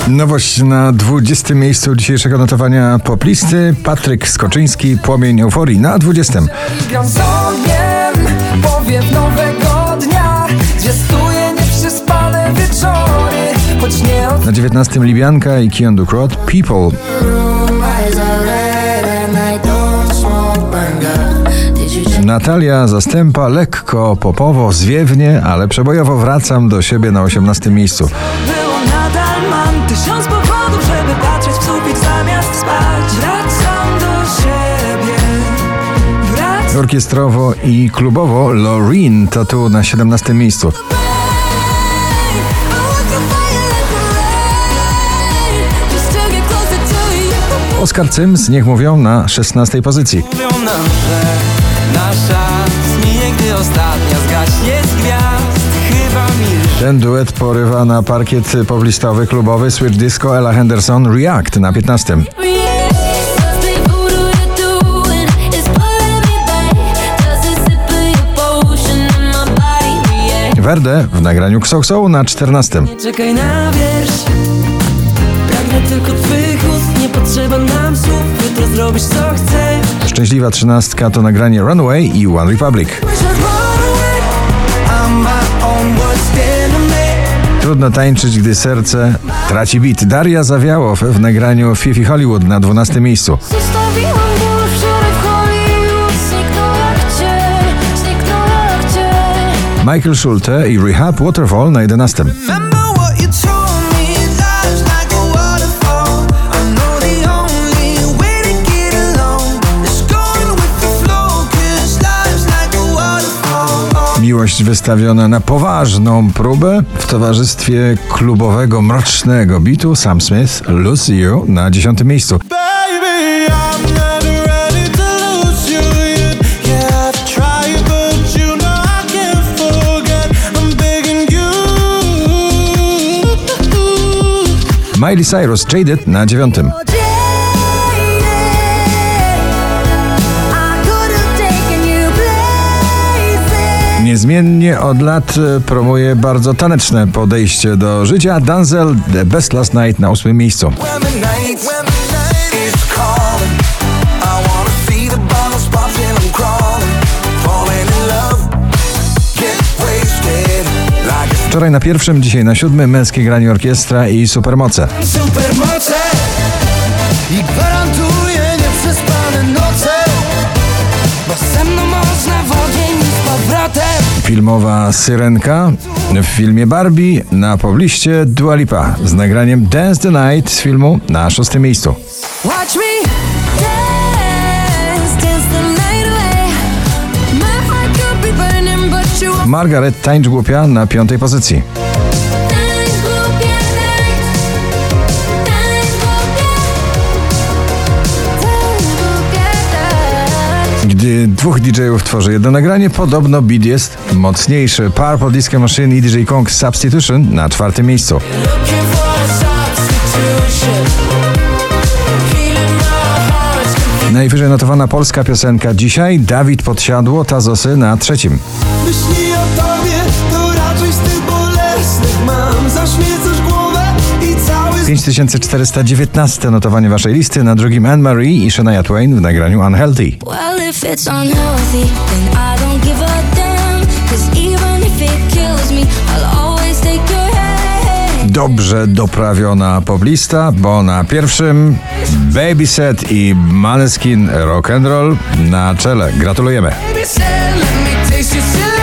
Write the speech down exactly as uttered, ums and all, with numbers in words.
Nowość na dwudziestym miejscu dzisiejszego notowania poplisty. Patryk Skoczyński, Płomień euforii na dwudziestym. Gram z ogniem, powiew nowego dnia, zwiastuje nieprzespane wieczory, choć nie od... Na dziewiętnastym Libianka i Kion Ducrot, People. Natalia Zastępa, lekko popowo, zwiewnie, ale przebojowo wracam do siebie na osiemnastym miejscu. Było nadal mam tysiąc powodów, żeby patrzeć w sufit zamiast spać. Wracam do siebie. Wracam. Orkiestrowo i klubowo Loreen to tu na siedemnastym miejscu. Oskar Cyms, Niech mówią na szesnastej pozycji. Mówią nam, że nasza zmije, gdy ostatnia zgaśnie z gwiazd. Chyba mi Ten duet porywa na parkiet poplistowy klubowy Switch Disco. Ella Henderson, React na piętnastym. Verde w nagraniu Xoxo na czternastym. Nie czekaj na wiersz, pragnę tylko twych ust, nie potrzeba nam słów, jutro zrobisz co chcesz. Szczęśliwa trzynastka to nagranie Runaway i One Republic. Trudno tańczyć, gdy serce traci bit. Daria Zawiałow w nagraniu Fifi Hollywood na dwunastym miejscu. Zostawiłam ból wczoraj w Hollywood, zniknął jak cień, zniknął jak cień. Michael Schulte i Rehab Waterfall na jedenastym. Miłość wystawiona na poważną próbę w towarzystwie klubowego, mrocznego bitu. Sam Smith, Lose You na dziesiątym miejscu. Miley Cyrus, Jaded na dziewiątym. Niezmiennie od lat promuje bardzo taneczne podejście do życia. Denzel, The Best Last Night na ósmym miejscu. Wczoraj na pierwszym, dzisiaj na siódmym Męskie granie orkiestra i Supermoce. supermoce i gwarantuję nieprzespane noce, bo ze mną można w ogień z powrotem. Filmowa Syrenka w filmie Barbie, na pobliście Dua Lipa z nagraniem Dance the Night z filmu na szóstym miejscu. Watch me. Margaret, Tańcz głupia na piątej pozycji. Gdy dwóch didżejów tworzy jedno nagranie, podobno beat jest mocniejszy. Purple Disco Machine i D J Kong Substitution na czwartym miejscu. Najwyżej notowana polska piosenka dzisiaj, Dawid Podsiadło, Tazosy na trzecim. Myśli o tobie, to raczej z tych bolesnych mam. Zaśmiecasz głowę i cały... pięć tysięcy czterysta dziewiętnaście notowanie waszej listy, na drugim Anne Marie i Shania Twain w nagraniu Unhealthy. Well, if it's unhealthy, then I don't give a damn, 'cause even if it kills me, I'll always take your hand. Dobrze doprawiona poplista, bo na pierwszym Babyset i Måneskin Rock and Roll na czele. Gratulujemy. Baby said, let me taste your